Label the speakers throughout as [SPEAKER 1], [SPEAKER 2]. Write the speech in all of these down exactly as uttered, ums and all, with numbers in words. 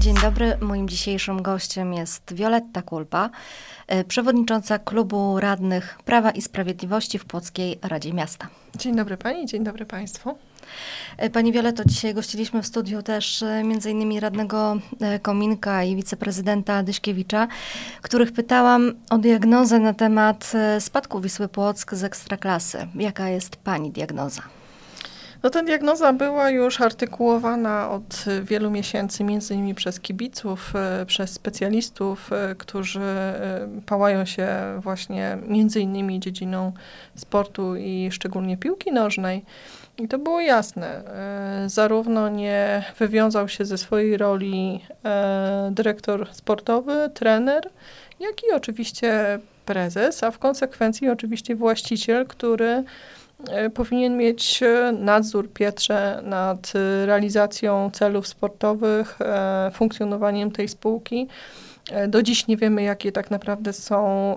[SPEAKER 1] Dzień dobry. Moim dzisiejszym gościem jest Wioletta Kulpa, przewodnicząca Klubu Radnych Prawa i Sprawiedliwości w Płockiej Radzie Miasta.
[SPEAKER 2] Dzień dobry Pani, dzień dobry Państwu.
[SPEAKER 1] Pani Wioletto, dzisiaj gościliśmy w studiu też między innymi radnego Kominka i wiceprezydenta Dyśkiewicza, których pytałam o diagnozę na temat spadku Wisły Płock z Ekstraklasy. Jaka jest Pani diagnoza?
[SPEAKER 2] No ta diagnoza była już artykułowana od wielu miesięcy, między innymi przez kibiców, przez specjalistów, którzy pałają się właśnie między innymi dziedziną sportu i szczególnie piłki nożnej. I to było jasne. Zarówno nie wywiązał się ze swojej roli dyrektor sportowy, trener, jak i oczywiście prezes, a w konsekwencji oczywiście właściciel, który powinien mieć nadzór, pieczę nad realizacją celów sportowych, funkcjonowaniem tej spółki. Do dziś nie wiemy, jakie tak naprawdę są,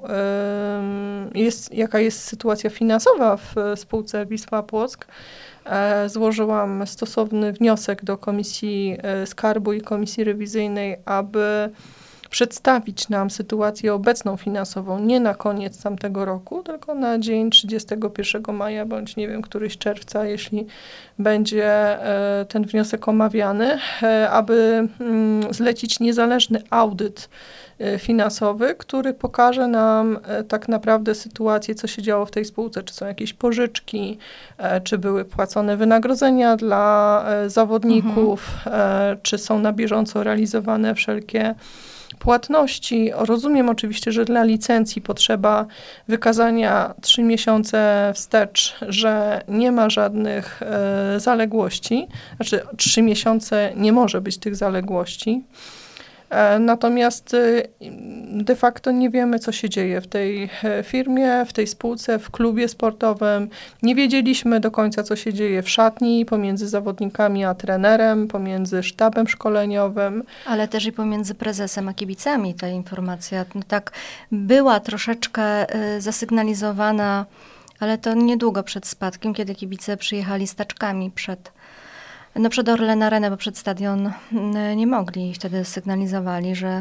[SPEAKER 2] jest, jaka jest sytuacja finansowa w spółce Wisła Płock. Złożyłam stosowny wniosek do Komisji Skarbu i Komisji Rewizyjnej, aby przedstawić nam sytuację obecną finansową nie na koniec tamtego roku, tylko na dzień trzydziestego pierwszego maja, bądź nie wiem, któryś czerwca, jeśli będzie ten wniosek omawiany, aby zlecić niezależny audyt finansowy, który pokaże nam tak naprawdę sytuację, co się działo w tej spółce, czy są jakieś pożyczki, czy były płacone wynagrodzenia dla zawodników, mhm. czy są na bieżąco realizowane wszelkie płatności. Rozumiem oczywiście, że dla licencji potrzeba wykazania trzy miesiące wstecz, że nie ma żadnych e, zaległości, znaczy trzy miesiące nie może być tych zaległości. E, natomiast e, de facto nie wiemy, co się dzieje w tej firmie, w tej spółce, w klubie sportowym. Nie wiedzieliśmy do końca, co się dzieje w szatni, pomiędzy zawodnikami a trenerem, pomiędzy sztabem szkoleniowym.
[SPEAKER 1] Ale też i pomiędzy prezesem a kibicami ta informacja no tak była troszeczkę y, zasygnalizowana, ale to niedługo przed spadkiem, kiedy kibice przyjechali z taczkami przed No przed Orlen Arenę, bo przed stadion nie mogli i wtedy sygnalizowali, że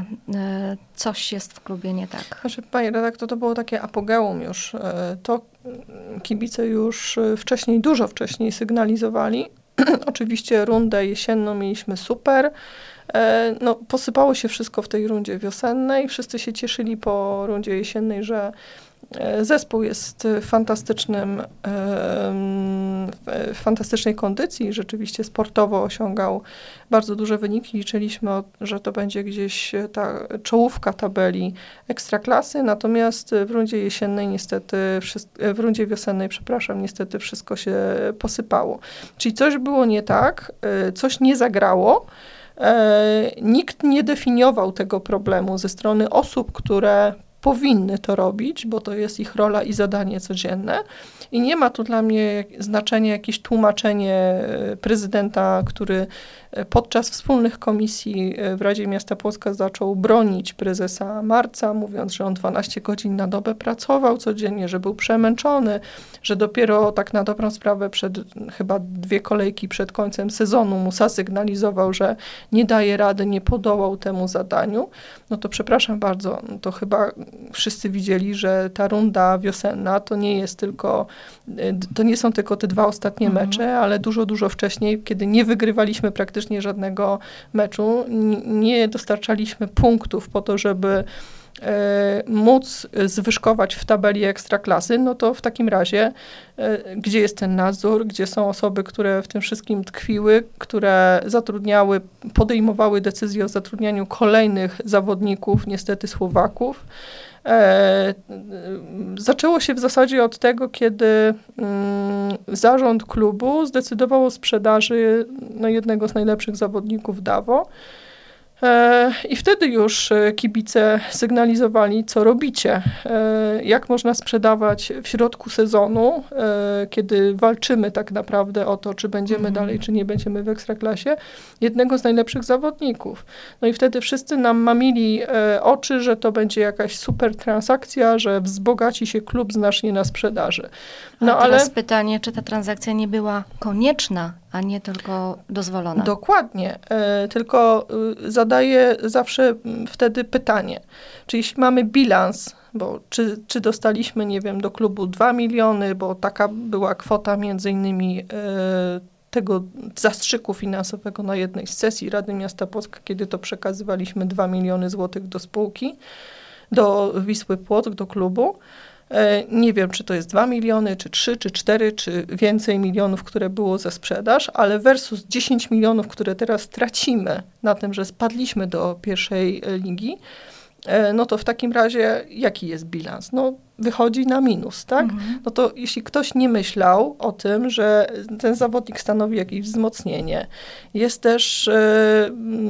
[SPEAKER 1] coś jest w klubie nie tak.
[SPEAKER 2] Znaczy, Pani redaktor, to było takie apogeum już. To kibice już wcześniej, dużo wcześniej sygnalizowali. Oczywiście rundę jesienną mieliśmy super. No, posypało się wszystko w tej rundzie wiosennej. Wszyscy się cieszyli po rundzie jesiennej, że zespół jest fantastycznym, w fantastycznej kondycji, rzeczywiście sportowo osiągał bardzo duże wyniki. Liczyliśmy, że to będzie gdzieś ta czołówka tabeli Ekstraklasy, natomiast w rundzie jesiennej niestety, w rundzie wiosennej, przepraszam, niestety wszystko się posypało. Czyli coś było nie tak, coś nie zagrało. Nikt nie definiował tego problemu ze strony osób, które powinny to robić, bo to jest ich rola i zadanie codzienne. I nie ma tu dla mnie znaczenia jakieś tłumaczenie prezydenta, który podczas wspólnych komisji w Radzie Miasta Płocka zaczął bronić prezesa Marca, mówiąc, że on dwanaście godzin na dobę pracował codziennie, że był przemęczony, że dopiero tak na dobrą sprawę przed chyba dwie kolejki przed końcem sezonu mu zasygnalizował, że nie daje rady, nie podołał temu zadaniu. No to przepraszam bardzo, to chyba wszyscy widzieli, że ta runda wiosenna to nie jest tylko, to nie są tylko te dwa ostatnie mhm. mecze, ale dużo, dużo wcześniej, kiedy nie wygrywaliśmy praktycznie żadnego meczu, nie dostarczaliśmy punktów po to, żeby e, móc zwyżkować w tabeli Ekstraklasy, no to w takim razie e, gdzie jest ten nadzór, gdzie są osoby, które w tym wszystkim tkwiły, które zatrudniały, podejmowały decyzje o zatrudnianiu kolejnych zawodników, niestety Słowaków. E, zaczęło się w zasadzie od tego, kiedy mm, zarząd klubu zdecydował o sprzedaży no, jednego z najlepszych zawodników Dawo. E, I wtedy już kibice sygnalizowali, co robicie, e, jak można sprzedawać w środku sezonu, e, kiedy walczymy tak naprawdę o to, czy będziemy mm. dalej, czy nie będziemy w Ekstraklasie, jednego z najlepszych zawodników. No i wtedy wszyscy nam mamili e, oczy, że to będzie jakaś super transakcja, że wzbogaci się klub znacznie na sprzedaży.
[SPEAKER 1] No, a teraz ale pytanie, czy ta transakcja nie była konieczna, a nie tylko dozwolona?
[SPEAKER 2] Dokładnie, e, tylko e, za zadaję zawsze wtedy pytanie, czy jeśli mamy bilans, bo czy, czy dostaliśmy, nie wiem, do klubu dwa miliony, bo taka była kwota między innymi e, tego zastrzyku finansowego na jednej z sesji Rady Miasta Płocka, kiedy to przekazywaliśmy dwa miliony złotych do spółki, do Wisły Płock, do klubu. Nie wiem, czy to jest dwa miliony, czy trzy, czy cztery, czy więcej milionów, które było za sprzedaż, ale versus dziesięć milionów, które teraz tracimy na tym, że spadliśmy do pierwszej ligi, no to w takim razie jaki jest bilans? No wychodzi na minus, tak? Mhm. No to jeśli ktoś nie myślał o tym, że ten zawodnik stanowi jakieś wzmocnienie, jest też e,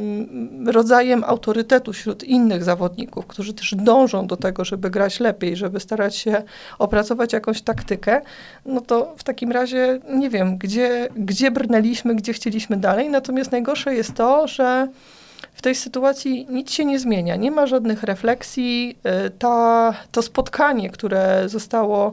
[SPEAKER 2] rodzajem autorytetu wśród innych zawodników, którzy też dążą do tego, żeby grać lepiej, żeby starać się opracować jakąś taktykę, no to w takim razie nie wiem, gdzie, gdzie brnęliśmy, gdzie chcieliśmy dalej. Natomiast najgorsze jest to, że w tej sytuacji nic się nie zmienia, nie ma żadnych refleksji. Ta, to spotkanie, które zostało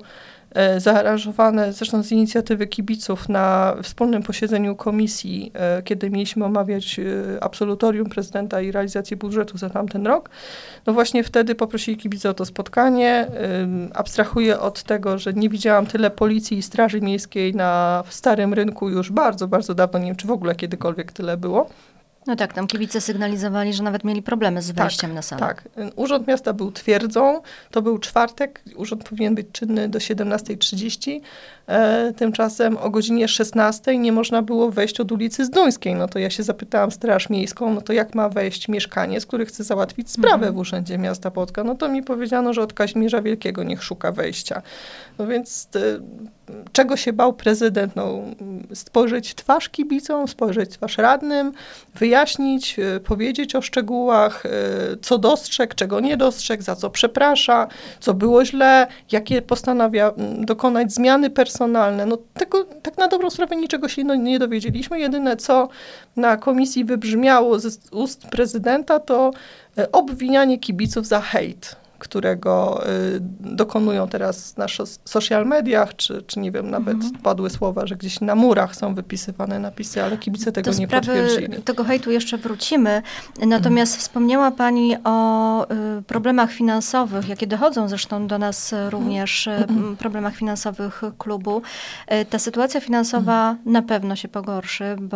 [SPEAKER 2] zaaranżowane zresztą z inicjatywy kibiców na wspólnym posiedzeniu komisji, kiedy mieliśmy omawiać absolutorium prezydenta i realizację budżetu za tamten rok, no właśnie wtedy poprosili kibice o to spotkanie. Abstrahuję od tego, że nie widziałam tyle policji i straży miejskiej na Starym Rynku już bardzo, bardzo dawno, nie wiem, czy w ogóle kiedykolwiek tyle było.
[SPEAKER 1] No tak, tam kibice sygnalizowali, że nawet mieli problemy z wejściem
[SPEAKER 2] tak,
[SPEAKER 1] na salę.
[SPEAKER 2] Tak, Urząd Miasta był twierdzą, to był czwartek, urząd powinien być czynny do siedemnasta trzydzieści, e, tymczasem o godzinie szesnastej nie można było wejść od ulicy Zduńskiej. No to ja się zapytałam Straż Miejską, no to jak ma wejść mieszkaniec, który chce załatwić sprawę mhm. w Urzędzie Miasta Płocka? No to mi powiedziano, że od Kazimierza Wielkiego niech szuka wejścia. No więc e, czego się bał prezydent? No, spojrzeć w twarz kibicom, spojrzeć w twarz radnym, wyjaśnić, powiedzieć o szczegółach, co dostrzegł, czego nie dostrzegł, za co przeprasza, co było źle, jakie postanawia dokonać zmiany personalne. No tego, tak na dobrą sprawę niczego się no, nie dowiedzieliśmy. Jedyne, co na komisji wybrzmiało z ust prezydenta, to obwinianie kibiców za hejt, którego y, dokonują teraz na szos- social mediach, czy, czy nie wiem, nawet mhm. padły słowa, że gdzieś na murach są wypisywane napisy, ale kibice tego
[SPEAKER 1] Do
[SPEAKER 2] nie potwierdzili.
[SPEAKER 1] Do tego hejtu jeszcze wrócimy. Natomiast mhm. wspomniała Pani o y, problemach finansowych, jakie dochodzą zresztą do nas również, mhm. y, problemach finansowych klubu. Y, ta sytuacja finansowa mhm. na pewno się pogorszy, bo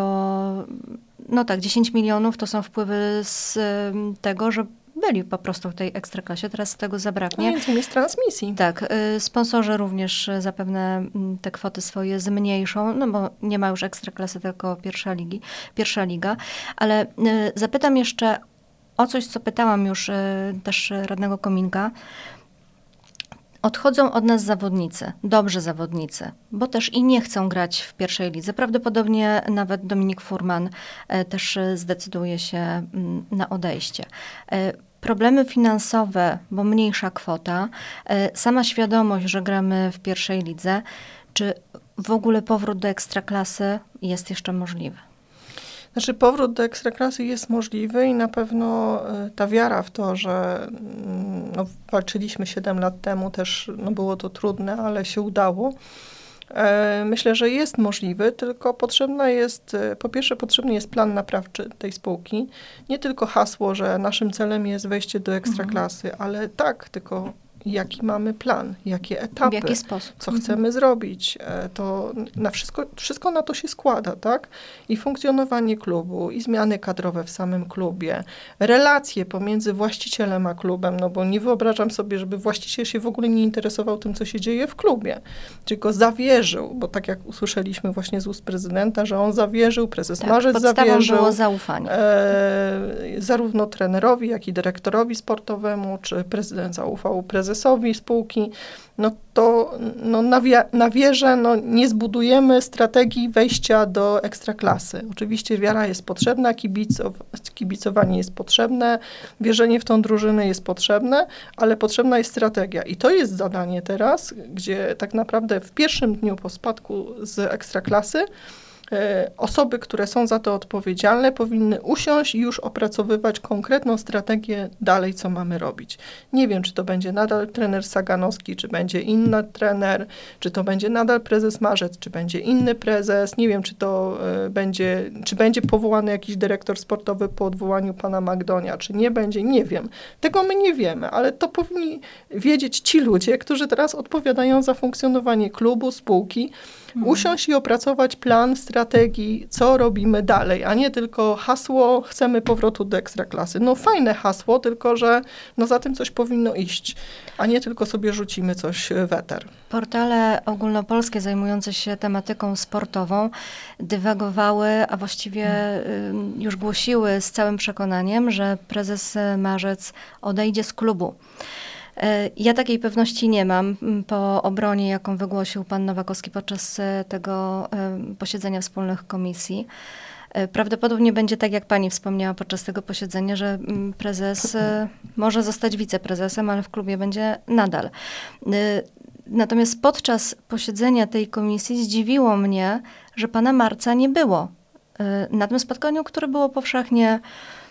[SPEAKER 1] no tak, dziesięć milionów to są wpływy z y, tego, że byli po prostu w tej ekstraklasie, teraz tego zabraknie.
[SPEAKER 2] Między innymi z transmisji.
[SPEAKER 1] Tak, y, sponsorzy również zapewne te kwoty swoje zmniejszą, no bo nie ma już ekstraklasy, tylko pierwsza ligi, pierwsza liga. Ale y, zapytam jeszcze o coś, co pytałam już y, też radnego Kominka. Odchodzą od nas zawodnicy, dobrzy zawodnicy, bo też i nie chcą grać w pierwszej lidze. Prawdopodobnie nawet Dominik Furman y, też zdecyduje się y, na odejście. Y, Problemy finansowe, bo mniejsza kwota, sama świadomość, że gramy w pierwszej lidze, czy w ogóle powrót do ekstraklasy jest jeszcze możliwy?
[SPEAKER 2] Znaczy powrót do ekstraklasy jest możliwy i na pewno ta wiara w to, że no, walczyliśmy siedem lat temu, też no, było to trudne, ale się udało. Myślę, że jest możliwy, tylko potrzebna jest, po pierwsze potrzebny jest plan naprawczy tej spółki. Nie tylko hasło, że naszym celem jest wejście do ekstraklasy, mhm. ale tak, tylko jaki mamy plan, jakie etapy,
[SPEAKER 1] w jaki sposób,
[SPEAKER 2] co
[SPEAKER 1] mhm.
[SPEAKER 2] chcemy zrobić. To na wszystko, wszystko na to się składa, tak? I funkcjonowanie klubu, i zmiany kadrowe w samym klubie, relacje pomiędzy właścicielem a klubem, no bo nie wyobrażam sobie, żeby właściciel się w ogóle nie interesował tym, co się dzieje w klubie, tylko zawierzył, bo tak jak usłyszeliśmy właśnie z ust prezydenta, że on zawierzył, prezes
[SPEAKER 1] tak,
[SPEAKER 2] Marzec zawierzył.
[SPEAKER 1] było zaufanie.
[SPEAKER 2] E, zarówno trenerowi, jak i dyrektorowi sportowemu, czy prezydent zaufał prezesowi spółki, no to no na, wie, na wierze no nie zbudujemy strategii wejścia do ekstraklasy. Oczywiście wiara jest potrzebna, kibicow, kibicowanie jest potrzebne, wierzenie w tą drużynę jest potrzebne, ale potrzebna jest strategia. I to jest zadanie teraz, gdzie tak naprawdę w pierwszym dniu po spadku z ekstraklasy Osoby, które są za to odpowiedzialne, powinny usiąść i już opracowywać konkretną strategię dalej, co mamy robić. Nie wiem, czy to będzie nadal trener Saganowski, czy będzie inny trener, czy to będzie nadal prezes Marzec, czy będzie inny prezes. Nie wiem, czy to y, będzie, czy będzie powołany jakiś dyrektor sportowy po odwołaniu pana Magdonia, czy nie będzie. Nie wiem. Tego my nie wiemy, ale to powinni wiedzieć ci ludzie, którzy teraz odpowiadają za funkcjonowanie klubu, spółki, hmm. usiąść i opracować plan, strategii, co robimy dalej, a nie tylko hasło, chcemy powrotu do Ekstraklasy. No fajne hasło, tylko że no za tym coś powinno iść, a nie tylko sobie rzucimy coś w eter.
[SPEAKER 1] Portale ogólnopolskie zajmujące się tematyką sportową dywagowały, a właściwie hmm. już głosiły z całym przekonaniem, że prezes Marzec odejdzie z klubu. Ja takiej pewności nie mam po obronie, jaką wygłosił pan Nowakowski podczas tego posiedzenia wspólnych komisji. Prawdopodobnie będzie tak, jak pani wspomniała podczas tego posiedzenia, że prezes może zostać wiceprezesem, ale w klubie będzie nadal. Natomiast podczas posiedzenia tej komisji zdziwiło mnie, że pana Marca nie było na tym spotkaniu, które było powszechnie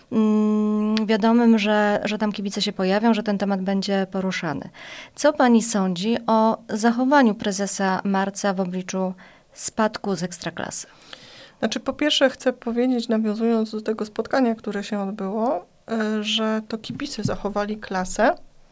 [SPEAKER 1] wiadomym, że, że tam kibice się pojawią, że ten temat będzie poruszany. Co pani sądzi o zachowaniu prezesa Marca w obliczu spadku z Ekstraklasy?
[SPEAKER 2] Znaczy, po pierwsze chcę powiedzieć, nawiązując do tego spotkania, które się odbyło, że to kibice zachowali klasę.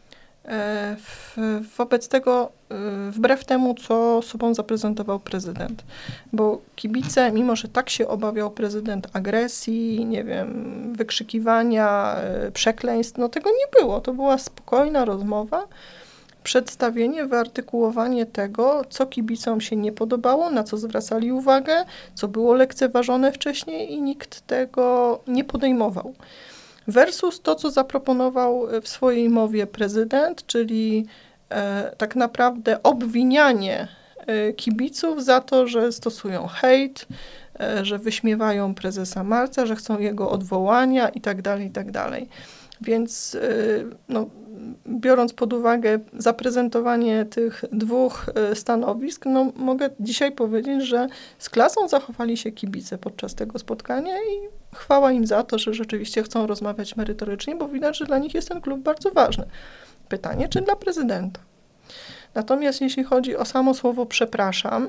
[SPEAKER 2] W, wobec tego, wbrew temu, co sobą zaprezentował prezydent. Bo kibice, mimo że tak się obawiał prezydent agresji, nie wiem, wykrzykiwania, przekleństw, no tego nie było. To była spokojna rozmowa, przedstawienie, wyartykułowanie tego, co kibicom się nie podobało, na co zwracali uwagę, co było lekceważone wcześniej i nikt tego nie podejmował. Versus to, co zaproponował w swojej mowie prezydent, czyli e, tak naprawdę obwinianie e, kibiców za to, że stosują hejt, e, że wyśmiewają prezesa Marca, że chcą jego odwołania i tak dalej, i tak dalej. Więc e, no, biorąc pod uwagę zaprezentowanie tych dwóch stanowisk, no mogę dzisiaj powiedzieć, że z klasą zachowali się kibice podczas tego spotkania i chwała im za to, że rzeczywiście chcą rozmawiać merytorycznie, bo widać, że dla nich jest ten klub bardzo ważny. Pytanie, czy dla prezydenta? Natomiast jeśli chodzi o samo słowo przepraszam,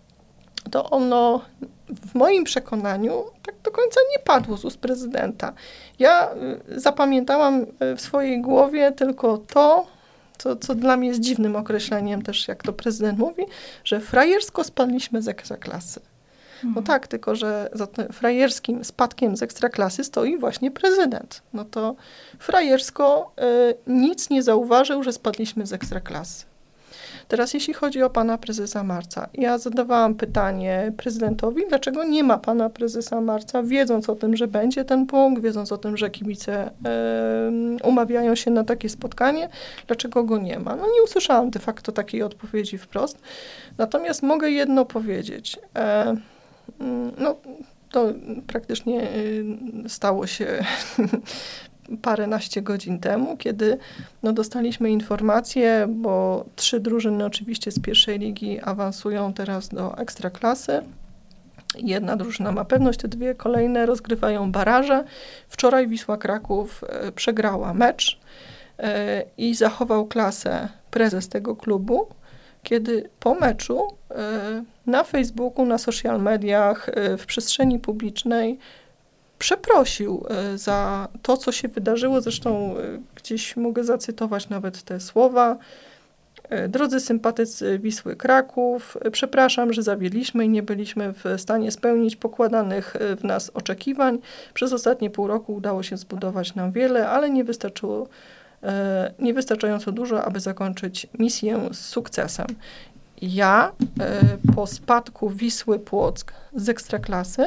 [SPEAKER 2] to ono w moim przekonaniu tak do końca nie padło z ust prezydenta. Ja zapamiętałam w swojej głowie tylko to, co, co dla mnie jest dziwnym określeniem też, jak to prezydent mówi, że frajersko spadliśmy z Ekstraklasy. Mhm. No tak, tylko że za tym frajerskim spadkiem z Ekstraklasy stoi właśnie prezydent. No to frajersko y, nic nie zauważył, że spadliśmy z Ekstraklasy. Teraz jeśli chodzi o pana prezesa Marca, ja zadawałam pytanie prezydentowi, dlaczego nie ma pana prezesa Marca, wiedząc o tym, że będzie ten punkt, wiedząc o tym, że kibice y, umawiają się na takie spotkanie, dlaczego go nie ma. No nie usłyszałam de facto takiej odpowiedzi wprost, natomiast mogę jedno powiedzieć. E, no to praktycznie stało się paręnaście godzin temu, kiedy no, dostaliśmy informację, bo trzy drużyny oczywiście z pierwszej ligi awansują teraz do Ekstraklasy. Jedna drużyna ma pewność, te dwie kolejne rozgrywają baraże. Wczoraj Wisła Kraków e, przegrała mecz e, i zachował klasę prezes tego klubu, kiedy po meczu e, na Facebooku, na social mediach, e, w przestrzeni publicznej przeprosił za to, co się wydarzyło. Zresztą gdzieś mogę zacytować nawet te słowa. Drodzy sympatycy Wisły Kraków, przepraszam, że zawiedliśmy i nie byliśmy w stanie spełnić pokładanych w nas oczekiwań. Przez ostatnie pół roku udało się zbudować nam wiele, ale nie wystarczyło, niewystarczająco dużo, aby zakończyć misję z sukcesem. Ja po spadku Wisły Płock z Ekstraklasy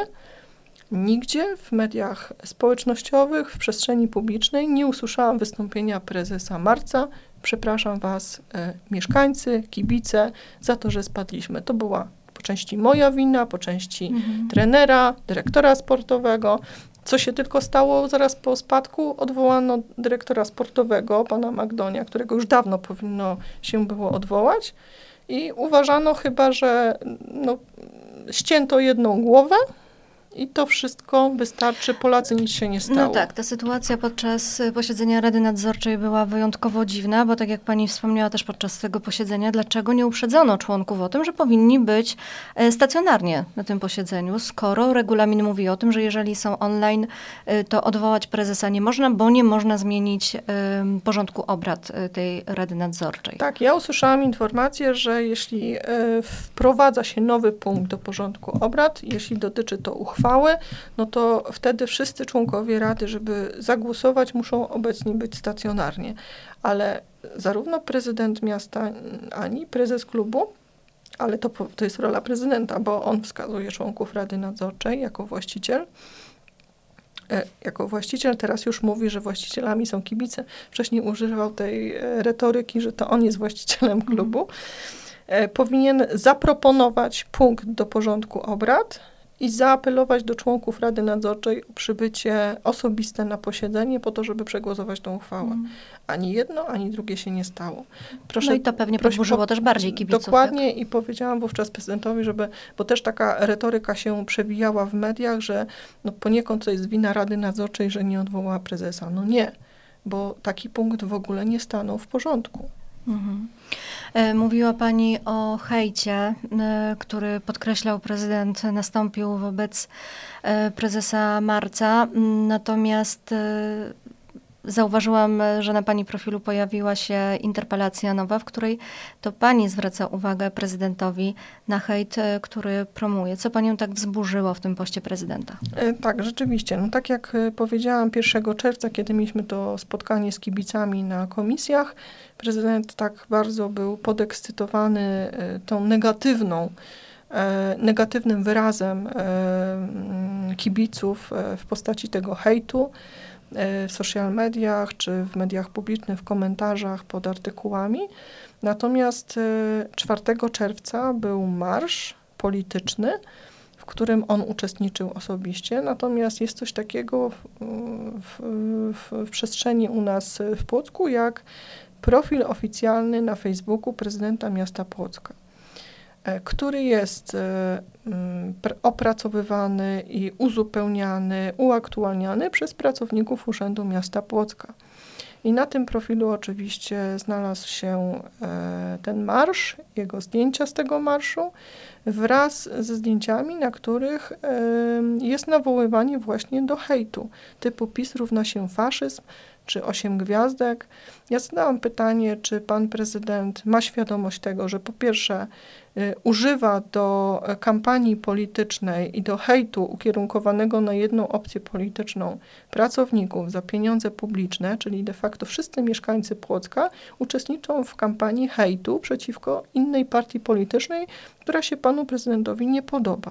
[SPEAKER 2] nigdzie w mediach społecznościowych, w przestrzeni publicznej nie usłyszałam wystąpienia prezesa Marca. Przepraszam was, e, mieszkańcy, kibice, za to, że spadliśmy. To była po części moja wina, po części mhm. trenera, dyrektora sportowego. Co się tylko stało zaraz po spadku? Odwołano dyrektora sportowego, pana Magdonia, którego już dawno powinno się było odwołać. I uważano chyba, że no, ścięto jedną głowę i to wszystko wystarczy. Polacy, nic się nie stało.
[SPEAKER 1] No tak, ta sytuacja podczas posiedzenia Rady Nadzorczej była wyjątkowo dziwna, bo tak jak pani wspomniała też podczas tego posiedzenia, dlaczego nie uprzedzono członków o tym, że powinni być stacjonarnie na tym posiedzeniu, skoro regulamin mówi o tym, że jeżeli są online, to odwołać prezesa nie można, bo nie można zmienić porządku obrad tej Rady Nadzorczej.
[SPEAKER 2] Tak, ja usłyszałam informację, że jeśli wprowadza się nowy punkt do porządku obrad, jeśli dotyczy to uchwały, no to wtedy wszyscy członkowie Rady, żeby zagłosować, muszą obecni być stacjonarnie. Ale zarówno prezydent miasta, ani prezes klubu, ale to, to jest rola prezydenta, bo on wskazuje członków Rady Nadzorczej jako właściciel. Jako właściciel teraz już mówi, że właścicielami są kibice. Wcześniej używał tej retoryki, że to on jest właścicielem klubu. Powinien zaproponować punkt do porządku obrad i zaapelować do członków Rady Nadzorczej o przybycie osobiste na posiedzenie po to, żeby przegłosować tą uchwałę. Mm. Ani jedno, ani drugie się nie stało. Proszę,
[SPEAKER 1] no i to pewnie podburzyło po, też bardziej kibiców.
[SPEAKER 2] Dokładnie
[SPEAKER 1] tak?
[SPEAKER 2] I powiedziałam wówczas prezydentowi, żeby, bo też taka retoryka się przewijała w mediach, że no poniekąd to jest wina Rady Nadzorczej, że nie odwołała prezesa. No nie, bo taki punkt w ogóle nie stanął w porządku.
[SPEAKER 1] Mhm. Mówiła pani o hejcie, który podkreślał prezydent, nastąpił wobec prezesa Marca, natomiast zauważyłam, że na pani profilu pojawiła się interpelacja nowa, w której to pani zwraca uwagę prezydentowi na hejt, który promuje. Co panią tak wzburzyło w tym poście prezydenta?
[SPEAKER 2] Tak, rzeczywiście. No tak jak powiedziałam pierwszego czerwca, kiedy mieliśmy to spotkanie z kibicami na komisjach, prezydent tak bardzo był podekscytowany tą negatywną, negatywnym wyrazem kibiców w postaci tego hejtu w social mediach, czy w mediach publicznych, w komentarzach pod artykułami. Natomiast czwartego czerwca był marsz polityczny, w którym on uczestniczył osobiście. Natomiast jest coś takiego w, w, w, w przestrzeni u nas w Płocku, jak profil oficjalny na Facebooku prezydenta miasta Płocka, który jest opracowywany i uzupełniany, uaktualniany przez pracowników Urzędu Miasta Płocka. I na tym profilu oczywiście znalazł się ten marsz, jego zdjęcia z tego marszu, wraz ze zdjęciami, na których jest nawoływanie właśnie do hejtu, typu PiS równa się faszyzm, czy osiem gwiazdek. Ja zadałam pytanie, czy pan prezydent ma świadomość tego, że po pierwsze y, używa do kampanii politycznej i do hejtu ukierunkowanego na jedną opcję polityczną pracowników za pieniądze publiczne, czyli de facto wszyscy mieszkańcy Płocka uczestniczą w kampanii hejtu przeciwko innej partii politycznej, która się panu prezydentowi nie podoba.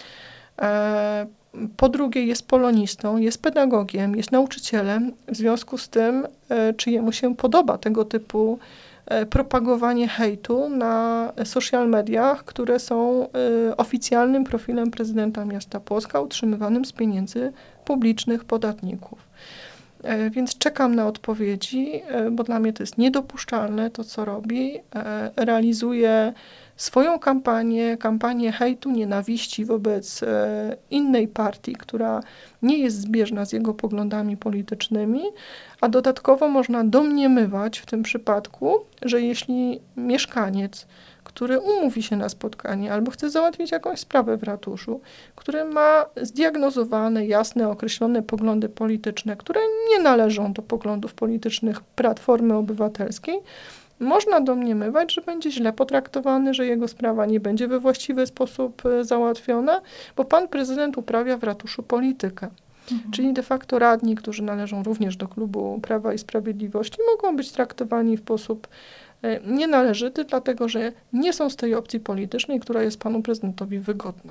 [SPEAKER 2] E, Po drugie, jest polonistą, jest pedagogiem, jest nauczycielem, w związku z tym, czy jemu się podoba tego typu propagowanie hejtu na social mediach, które są oficjalnym profilem prezydenta miasta Płocka, utrzymywanym z pieniędzy publicznych podatników. Więc czekam na odpowiedzi, bo dla mnie to jest niedopuszczalne to, co robi. Realizuje swoją kampanię, kampanię hejtu, nienawiści wobec e, innej partii, która nie jest zbieżna z jego poglądami politycznymi, a dodatkowo można domniemywać w tym przypadku, że jeśli mieszkaniec, który umówi się na spotkanie albo chce załatwić jakąś sprawę w ratuszu, który ma zdiagnozowane, jasne, określone poglądy polityczne, które nie należą do poglądów politycznych Platformy Obywatelskiej, można domniemywać, że będzie źle potraktowany, że jego sprawa nie będzie we właściwy sposób załatwiona, bo pan prezydent uprawia w ratuszu politykę. Mhm. Czyli de facto radni, którzy należą również do klubu Prawa i Sprawiedliwości, mogą być traktowani w sposób nienależyty, dlatego że nie są z tej opcji politycznej, która jest panu prezydentowi wygodna.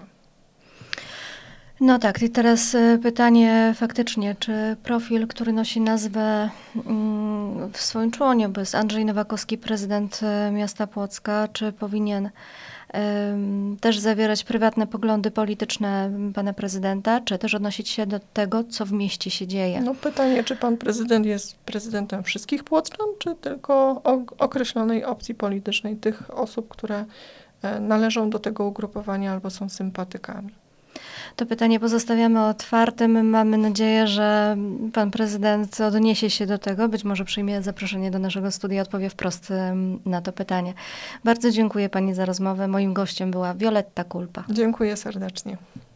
[SPEAKER 1] No tak, i teraz pytanie faktycznie, czy profil, który nosi nazwę mm, w swoim członie, bo jest Andrzej Nowakowski, prezydent miasta Płocka, czy powinien ym, też zawierać prywatne poglądy polityczne pana prezydenta, czy też odnosić się do tego, co w mieście się dzieje?
[SPEAKER 2] No pytanie, czy pan prezydent jest prezydentem wszystkich Płoczan, czy tylko określonej opcji politycznej, tych osób, które należą do tego ugrupowania albo są sympatykami.
[SPEAKER 1] To pytanie pozostawiamy otwartym. Mamy nadzieję, że pan prezydent odniesie się do tego, być może przyjmie zaproszenie do naszego studia, odpowie wprost na to pytanie. Bardzo dziękuję pani za rozmowę. Moim gościem była Wioletta Kulpa.
[SPEAKER 2] Dziękuję serdecznie.